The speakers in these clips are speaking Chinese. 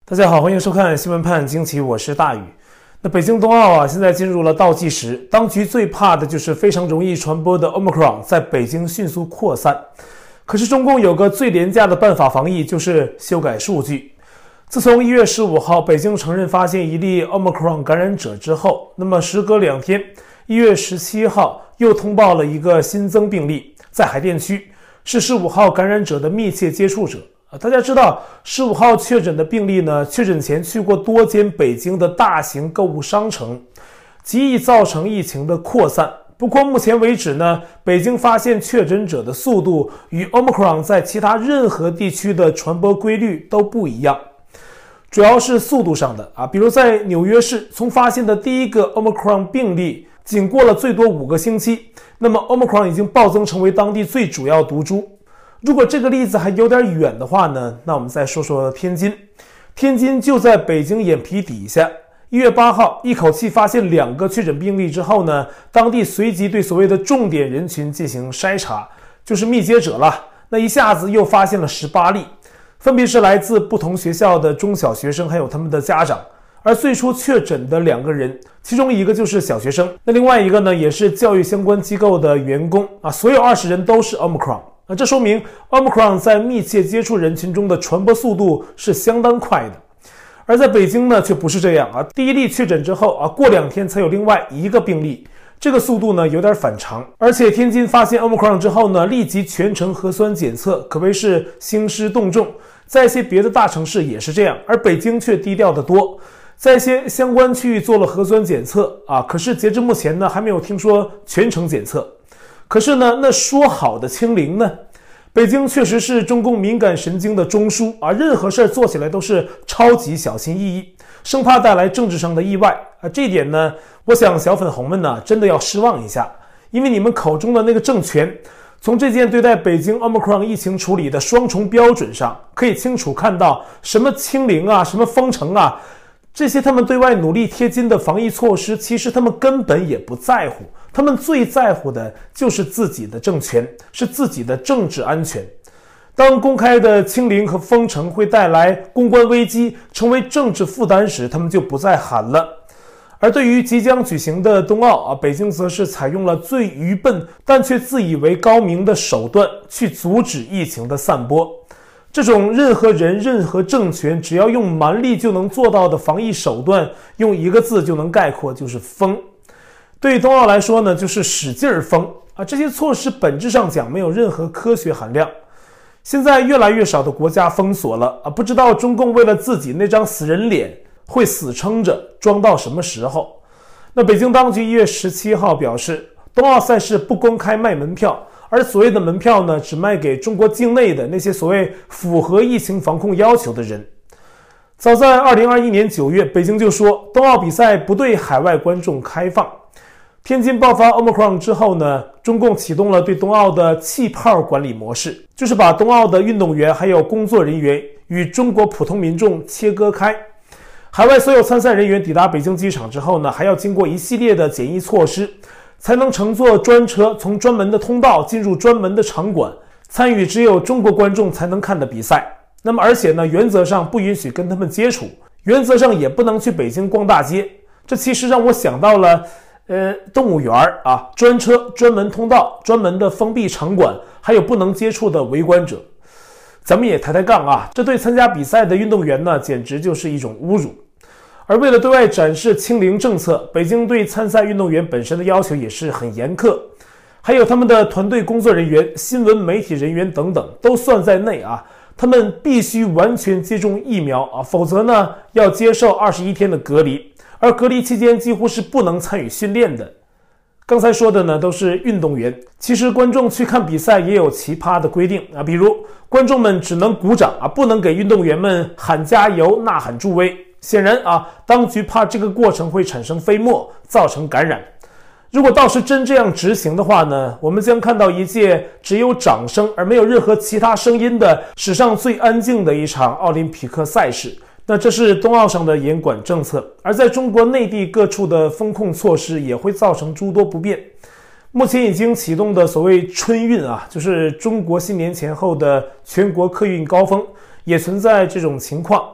大家好，欢迎收看新闻判惊奇，我是大宇。那北京冬奥现在进入了倒计时，当局最怕的就是非常容易传播的 Omicron 在北京迅速扩散。可是中共有个最廉价的办法防疫，就是修改数据。自从1月15号北京承认发现一例 Omicron 感染者之后，那么时隔2天，1月17号又通报了一个新增病例，在海淀区，是15号感染者的密切接触者。大家知道15号确诊的病例呢，确诊前去过多间北京的大型购物商城，极易造成疫情的扩散。不过目前为止呢，北京发现确诊者的速度与 Omicron 在其他任何地区的传播规律都不一样，主要是速度上的比如在纽约市，从发现的第一个 Omicron 病例仅过了最多5个星期，那么 Omicron 已经暴增成为当地最主要毒株。如果这个例子还有点远的话呢，那我们再说说天津。天津就在北京眼皮底下。1月8号一口气发现2个确诊病例之后呢，当地随即对所谓的重点人群进行筛查，就是密接者了。那一下子又发现了18例，分别是来自不同学校的中小学生还有他们的家长。而最初确诊的2个人，其中一个就是小学生，那另外一个呢也是教育相关机构的员工所有20人都是 Omicron。这说明 Omicron 在密切接触人群中的传播速度是相当快的。而在北京呢却不是这样第一例确诊之后过2天才有另外1个病例，这个速度呢有点反常。而且天津发现 Omicron 之后呢，立即全程核酸检测，可谓是兴师动众。在一些别的大城市也是这样，而北京却低调得多，在一些相关区域做了核酸检测可是截至目前呢还没有听说全程检测。可是呢，那说好的清零呢？北京确实是中共敏感神经的中枢任何事做起来都是超级小心翼翼，生怕带来政治上的意外这一点呢，我想小粉红们呢真的要失望一下，因为你们口中的那个政权，从这件对待北京 Omicron 疫情处理的双重标准上，可以清楚看到什么清零什么封城这些他们对外努力贴金的防疫措施，其实他们根本也不在乎，他们最在乎的就是自己的政权，是自己的政治安全。当公开的清零和封城会带来公关危机，成为政治负担时，他们就不再喊了。而对于即将举行的冬奥北京则是采用了最愚笨但却自以为高明的手段去阻止疫情的散播。这种任何人任何政权只要用蛮力就能做到的防疫手段，用一个字就能概括，就是封。对于冬奥来说呢，就是使劲封这些措施本质上讲没有任何科学含量。现在越来越少的国家封锁了不知道中共为了自己那张死人脸会死撑着装到什么时候。那北京当局1月17号表示，冬奥赛事不公开卖门票，而所谓的门票呢，只卖给中国境内的那些所谓符合疫情防控要求的人。早在2021年9月，北京就说冬奥比赛不对海外观众开放。天津爆发 Omicron 之后呢，中共启动了对冬奥的气泡管理模式，就是把冬奥的运动员还有工作人员与中国普通民众切割开。海外所有参赛人员抵达北京机场之后呢，还要经过一系列的检疫措施，才能乘坐专车从专门的通道进入专门的场馆，参与只有中国观众才能看的比赛。那么而且呢，原则上不允许跟他们接触，原则上也不能去北京逛大街。这其实让我想到了动物园专车、专门通道、专门的封闭场馆，还有不能接触的围观者。咱们也抬抬杠这对参加比赛的运动员呢，简直就是一种侮辱。而为了对外展示清零政策，北京对参赛运动员本身的要求也是很严苛，还有他们的团队工作人员、新闻媒体人员等等都算在内他们必须完全接种疫苗否则呢要接受21天的隔离，而隔离期间几乎是不能参与训练的。刚才说的呢都是运动员，其实观众去看比赛也有奇葩的规定比如观众们只能鼓掌不能给运动员们喊加油、呐喊助威。显然当局怕这个过程会产生飞沫，造成感染。如果倒是真这样执行的话呢，我们将看到一届只有掌声而没有任何其他声音的史上最安静的一场奥林匹克赛事。那这是冬奥上的严管政策，而在中国内地各处的风控措施也会造成诸多不便。目前已经启动的所谓春运就是中国新年前后的全国客运高峰，也存在这种情况。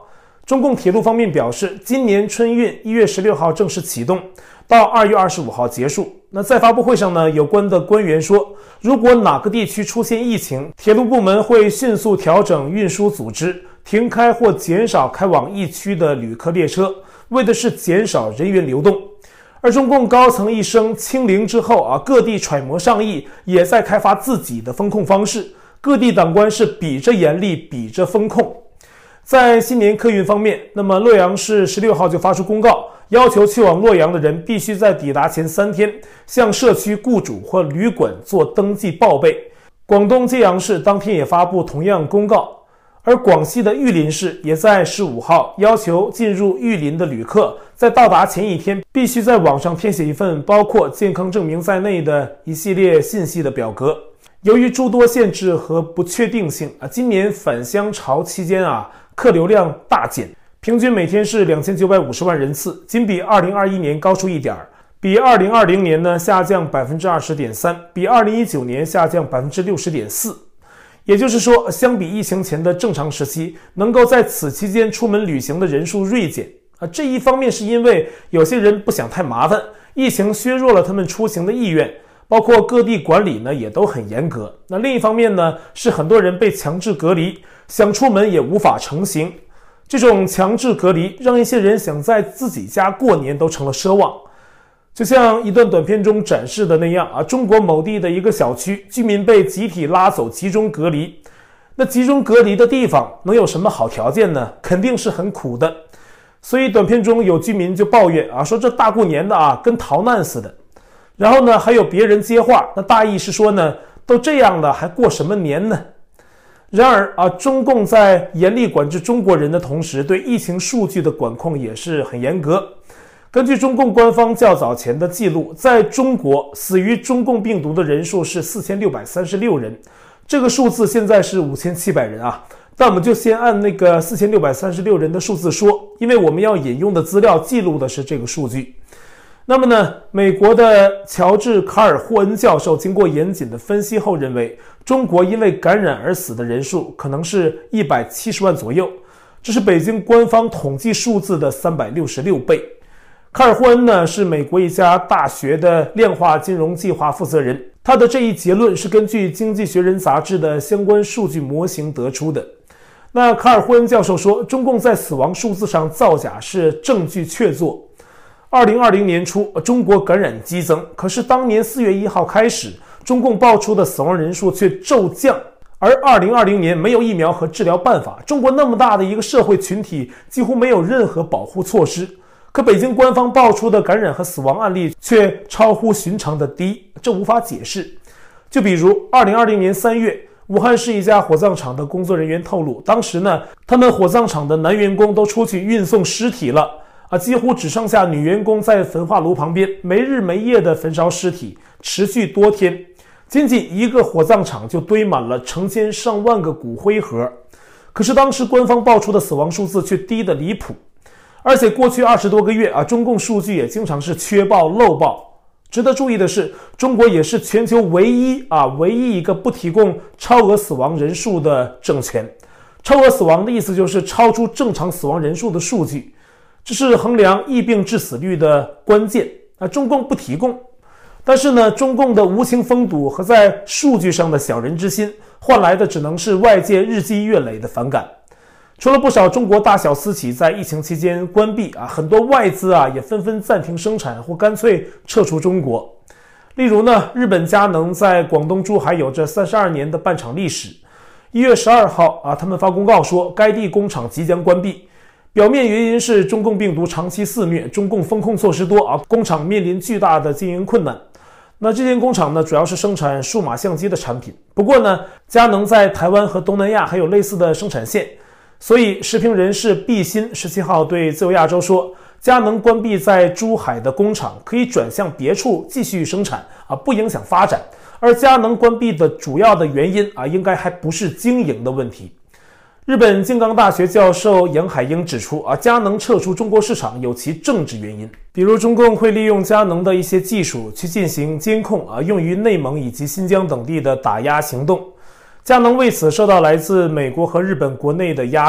中共铁路方面表示，今年春运1月16号正式启动，到2月25号结束。那在发布会上呢，有关的官员说，如果哪个地区出现疫情，铁路部门会迅速调整运输组织，停开或减少开往疫区的旅客列车，为的是减少人员流动。而中共高层一声清零之后各地揣摩上意，也在开发自己的风控方式，各地党官是比着严厉，比着风控。在新年客运方面，那么洛阳市16号就发出公告，要求去往洛阳的人必须在抵达前3天向社区雇主或旅馆做登记报备。广东揭阳市当天也发布同样公告，而广西的玉林市也在15号要求进入玉林的旅客在到达前一天必须在网上填写一份包括健康证明在内的一系列信息的表格。由于诸多限制和不确定性今年返乡潮期间客流量大减，平均每天是2950万人次，仅比2021年高出一点，比2020年呢下降 20.3%， 比2019年下降 60.4%。也就是说，相比疫情前的正常时期，能够在此期间出门旅行的人数锐减这一方面是因为有些人不想太麻烦，疫情削弱了他们出行的意愿，包括各地管理呢也都很严格。那另一方面呢，是很多人被强制隔离，想出门也无法成行。这种强制隔离让一些人想在自己家过年都成了奢望。就像一段短片中展示的那样中国某地的一个小区，居民被集体拉走集中隔离。那集中隔离的地方能有什么好条件呢？肯定是很苦的。所以短片中有居民就抱怨说这大过年的跟逃难似的。然后呢，还有别人接话，那大意是说呢，都这样了还过什么年呢？然而中共在严厉管制中国人的同时，对疫情数据的管控也是很严格。根据中共官方较早前的记录，在中国死于中共病毒的人数是4636人，这个数字现在是5700人但我们就先按那个4636人的数字说，因为我们要引用的资料记录的是这个数据。那么呢，美国的乔治·卡尔霍恩教授经过严谨的分析后认为，中国因为感染而死的人数可能是170万左右，这是北京官方统计数字的366倍。卡尔霍恩呢是美国一家大学的量化金融计划负责人，他的这一结论是根据《经济学人》杂志的相关数据模型得出的。那卡尔霍恩教授说，中共在死亡数字上造假是证据确凿。2020年初，中国感染激增，可是当年4月1号开始，中共爆出的死亡人数却骤降。而2020年没有疫苗和治疗办法，中国那么大的一个社会群体几乎没有任何保护措施。可北京官方爆出的感染和死亡案例却超乎寻常的低，这无法解释。就比如2020年3月，武汉市一家火葬场的工作人员透露，当时呢，他们火葬场的男员工都出去运送尸体了几乎只剩下女员工在焚化炉旁边没日没夜地焚烧尸体，持续多天。仅仅一个火葬场就堆满了成千上万个骨灰盒。可是当时官方爆出的死亡数字却低得离谱。而且过去20多个月中共数据也经常是缺报漏报。值得注意的是，中国也是全球唯一一个不提供超额死亡人数的政权。超额死亡的意思就是超出正常死亡人数的数据，这是衡量疫病致死率的关键中共不提供。但是呢，中共的无情封堵和在数据上的小人之心，换来的只能是外界日积月累的反感。除了不少中国大小私企在疫情期间关闭很多外资也纷纷暂停生产或干脆撤出中国。例如呢，日本佳能在广东珠海有着32年的办厂历史。1月12号他们发公告说，该地工厂即将关闭。表面原因是中共病毒长期肆虐，中共风控措施多工厂面临巨大的经营困难。那这间工厂呢，主要是生产数码相机的产品。不过呢，佳能在台湾和东南亚还有类似的生产线。所以时评人士毕鑫17号对自由亚洲说，佳能关闭在珠海的工厂可以转向别处继续生产不影响发展。而佳能关闭的主要的原因应该还不是经营的问题。日本京冈大学教授杨海英指出佳能撤出中国市场有其政治原因，比如中共会利用佳能的一些技术去进行监控用于内蒙以及新疆等地的打压行动。佳能为此受到来自美国和日本国内的压力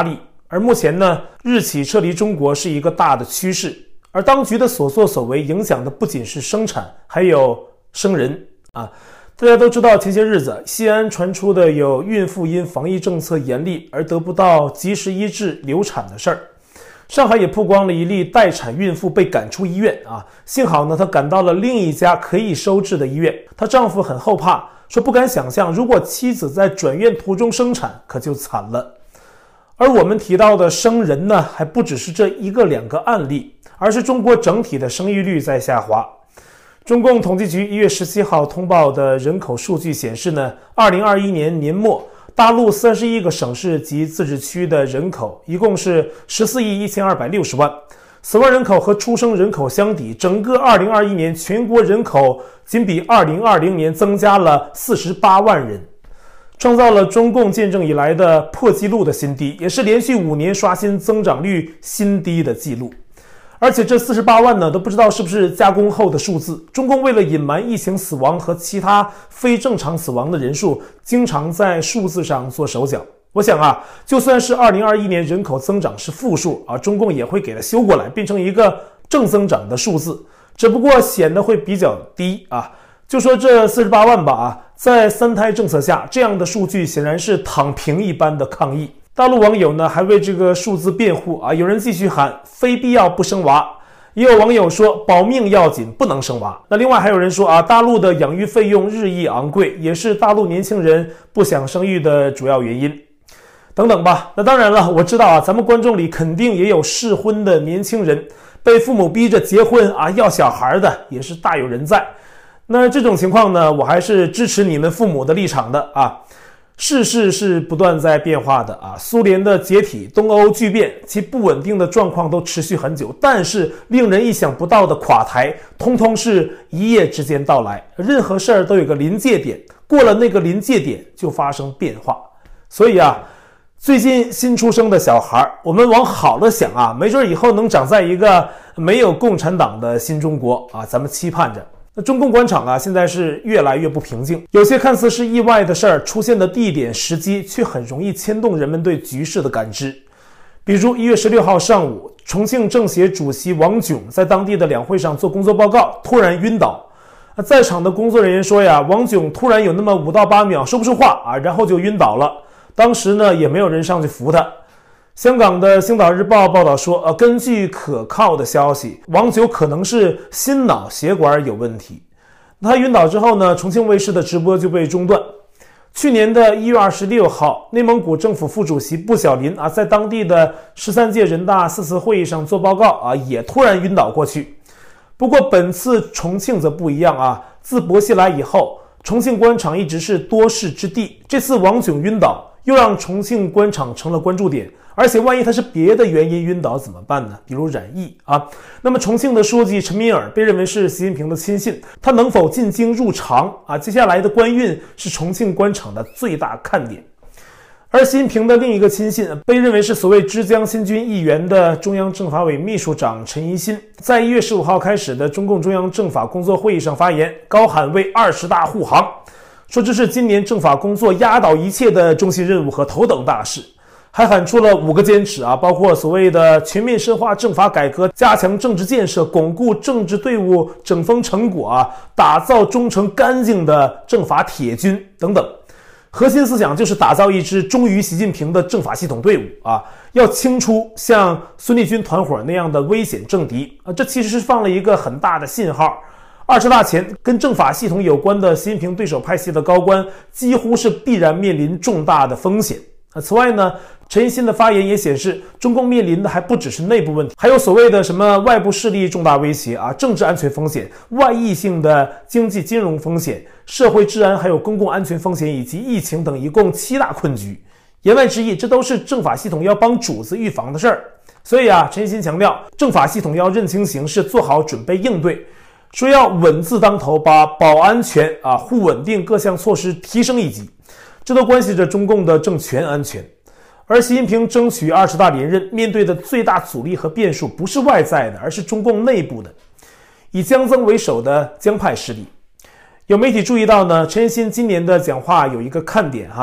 而目前呢，日企撤离中国是一个大的趋势，而当局的所作所为影响的不仅是生产，还有生人啊。大家都知道，前些日子西安传出的有孕妇因防疫政策严厉而得不到及时医治流产的事儿。上海也曝光了一例待产孕妇被赶出医院啊，幸好呢，她赶到了另一家可以收治的医院。她丈夫很后怕，说不敢想象，如果妻子在转院途中生产，可就惨了。而我们提到的生人呢，还不只是这一个两个案例，而是中国整体的生育率在下滑。中共统计局1月17号通报的人口数据显示呢，2021年年末，大陆31个省市及自治区的人口一共是14亿1260万，死亡人口和出生人口相抵，整个2021年全国人口仅比2020年增加了48万人，创造了中共建政以来的破纪录的新低，也是连续5年刷新增长率新低的记录。而且这48万呢，都不知道是不是加工后的数字。中共为了隐瞒疫情死亡和其他非正常死亡的人数，经常在数字上做手脚。我想啊，就算是2021年人口增长是负数啊，中共也会给它修过来，变成一个正增长的数字，只不过显得会比较低啊。就说这48万吧啊，在3胎政策下，这样的数据显然是躺平一般的抗议。大陆网友呢还为这个数字辩护啊，有人继续喊非必要不生娃，也有网友说保命要紧不能生娃。那另外还有人说啊，大陆的养育费用日益昂贵，也是大陆年轻人不想生育的主要原因，等等吧。那当然了，我知道啊，咱们观众里肯定也有适婚的年轻人，被父母逼着结婚啊要小孩的也是大有人在。那这种情况呢，我还是支持你们父母的立场的啊。世事是不断在变化的啊，苏联的解体，东欧剧变，其不稳定的状况都持续很久，但是令人意想不到的垮台，通通是一夜之间到来。任何事儿都有个临界点，过了那个临界点就发生变化。所以啊，最近新出生的小孩，我们往好了想啊，没准以后能长在一个没有共产党的新中国啊，咱们期盼着。那中共官场啊，现在是越来越不平静，有些看似是意外的事儿出现的地点时机，却很容易牵动人们对局势的感知。比如1月16号上午，重庆政协主席王炯在当地的两会上做工作报告，突然晕倒。在场的工作人员说呀，王炯突然有那么5到8秒说不出话啊，然后就晕倒了。当时呢，也没有人上去扶他。香港的《星岛日报》报道说，根据可靠的消息，王炯可能是心脑血管有问题。他晕倒之后呢，重庆卫视的直播就被中断。去年的1月26号，内蒙古政府副主席布小林啊，在当地的13届人大4次会议上做报告啊，也突然晕倒过去。不过本次重庆则不一样啊，自薄熙来以后，重庆官场一直是多事之地，这次王炯晕倒，又让重庆官场成了关注点。而且万一他是别的原因晕倒怎么办呢？比如染疫啊。那么重庆的书记陈敏尔被认为是习近平的亲信，他能否进京入常啊？接下来的官运是重庆官场的最大看点。而习近平的另一个亲信被认为是所谓之江新军议员的中央政法委秘书长陈一新，在1月15号开始的中共中央政法工作会议上发言，高喊为20大护航，说这是今年政法工作压倒一切的中心任务和头等大事。还喊出了5个坚持啊，包括所谓的全面深化政法改革，加强政治建设，巩固政治队伍整风成果啊，打造忠诚干净的政法铁军等等。核心思想就是打造一支忠于习近平的政法系统队伍啊，要清除像孙立军团伙那样的危险政敌啊。这其实是放了一个很大的信号。20大前跟政法系统有关的习近平对手派系的高官，几乎是必然面临重大的风险。此外呢，陈一新的发言也显示，中共面临的还不只是内部问题，还有所谓的什么外部势力重大威胁啊、政治安全风险、外溢性的经济金融风险、社会治安还有公共安全风险以及疫情等，一共7大困局。言外之意，这都是政法系统要帮主子预防的事儿。所以啊，陈一新强调，政法系统要认清形势，做好准备应对，说要稳字当头，把保安全啊、互稳定各项措施提升一级。这都关系着中共的政权安全。而习近平争取20大连任面对的最大阻力和变数不是外在的，而是中共内部的，以江增为首的江派势力。有媒体注意到呢，陈一新今年的讲话有一个看点哈，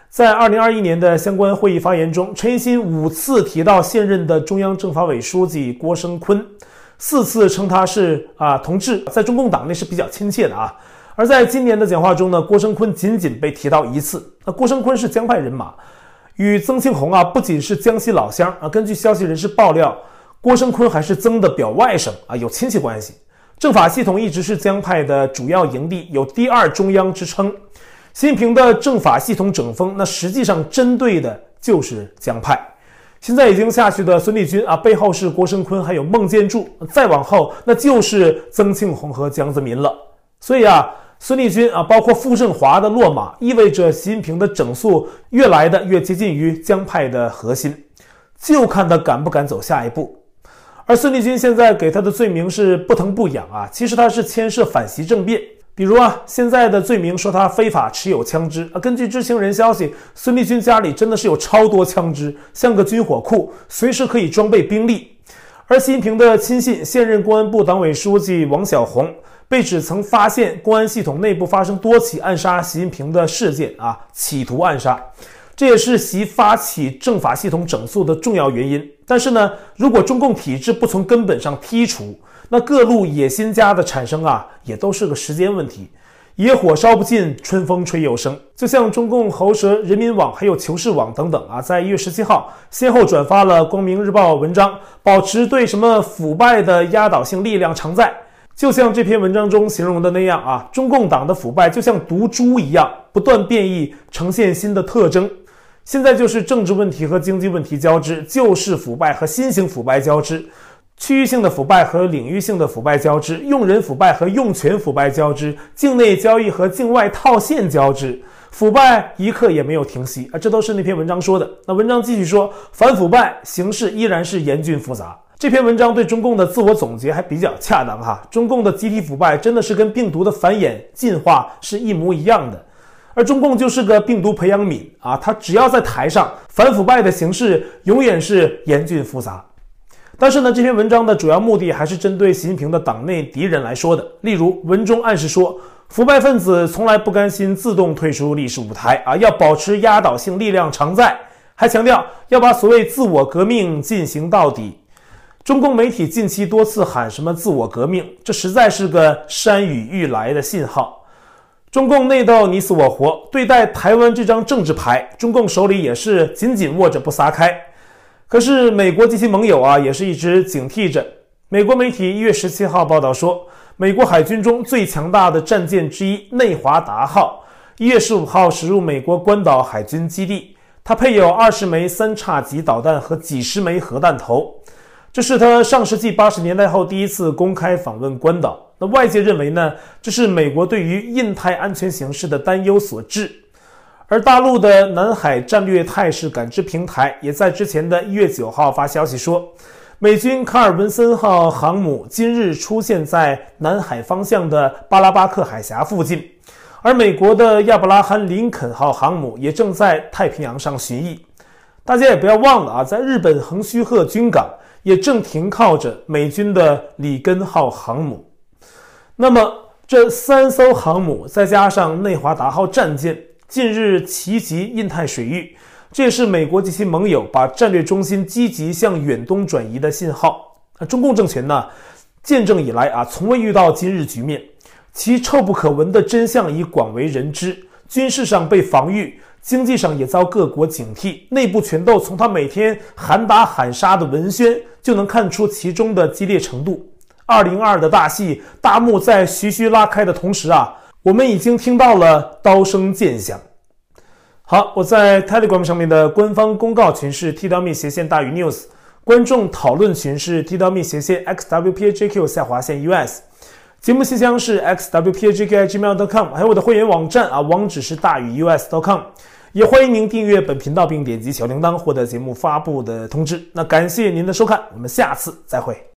在2021年的相关会议发言中，陈奕迅5次提到现任的中央政法委书记郭声琨，4次称他是同志，在中共党内是比较亲切的啊。而在今年的讲话中呢，郭声琨仅仅被提到1次。郭声琨是江派人马，与曾庆红不仅是江西老乡根据消息人士爆料，郭声琨还是曾的表外甥有亲戚关系。政法系统一直是江派的主要营地，有第2中央之称。习近平的政法系统整风，那实际上针对的就是江派。现在已经下去的孙立军背后是郭声琨还有孟建柱，再往后那就是曾庆红和江泽民了。所以孙立军包括傅政华的落马，意味着习近平的整肃越来的越接近于江派的核心，就看他敢不敢走下一步。而孙立军现在给他的罪名是不疼不痒其实他是牵涉反习政变。比如现在的罪名说他非法持有枪支根据知情人消息，孙立军家里真的是有超多枪支，像个军火库，随时可以装备兵力。而习近平的亲信现任公安部党委书记王小洪被指曾发现公安系统内部发生多起暗杀习近平的事件企图暗杀，这也是习发起政法系统整肃的重要原因。但是呢，如果中共体制不从根本上剔除，那各路野心家的产生也都是个时间问题。野火烧不尽，春风吹又生。就像中共喉舌人民网还有求是网等等在1月17号先后转发了光明日报文章，保持对什么腐败的压倒性力量常在。就像这篇文章中形容的那样中共党的腐败就像毒株一样不断变异，呈现新的特征。现在就是政治问题和经济问题交织，旧式腐败和新型腐败交织，区域性的腐败和领域性的腐败交织，用人腐败和用权腐败交织，境内交易和境外套现交织，腐败一刻也没有停息这都是那篇文章说的。那文章继续说，反腐败形势依然是严峻复杂。这篇文章对中共的自我总结还比较恰当中共的集体腐败真的是跟病毒的繁衍进化是一模一样的。而中共就是个病毒培养皿它只要在台上，反腐败的形势永远是严峻复杂。但是呢，这篇文章的主要目的还是针对习近平的党内敌人来说的。例如文中暗示说，腐败分子从来不甘心自动退出历史舞台要保持压倒性力量常在，还强调要把所谓自我革命进行到底。中共媒体近期多次喊什么自我革命，这实在是个山雨欲来的信号。中共内斗你死我活，对待台湾这张政治牌，中共手里也是紧紧握着不撒开。可是美国及其盟友也是一直警惕着。美国媒体1月17号报道说，美国海军中最强大的战舰之一内华达号1月15号驶入美国关岛海军基地，它配有20枚3叉戟导弹和几十枚核弹头。这是他上世纪80年代后第一次公开访问关岛。那外界认为呢，这是美国对于印太安全形势的担忧所致。而大陆的南海战略态势感知平台也在之前的1月9号发消息说，美军卡尔文森号航母今日出现在南海方向的巴拉巴克海峡附近，而美国的亚伯拉罕林肯号航母也正在太平洋上巡弋。大家也不要忘了在日本横须贺军港也正停靠着美军的里根号航母。那么这3艘航母再加上内华达号战舰近日齐集印太水域，这也是美国及其盟友把战略中心积极向远东转移的信号。中共政权呢，建政以来从未遇到今日局面，其臭不可闻的真相已广为人知，军事上被防御，经济上也遭各国警惕，内部权斗从他每天喊打喊杀的文宣就能看出其中的激烈程度。2022的大戏大幕在徐徐拉开的同时我们已经听到了刀声剑响。好，我在 Telegram 上面的官方公告群是 t.me/大于 news， 观众讨论群是 t.me/xwpajq_us， 节目信箱是 xwpajq@gmail.com， 还有我的会员网站网址是大于 us.com， 也欢迎您订阅本频道并点击小铃铛获得节目发布的通知。那感谢您的收看，我们下次再会。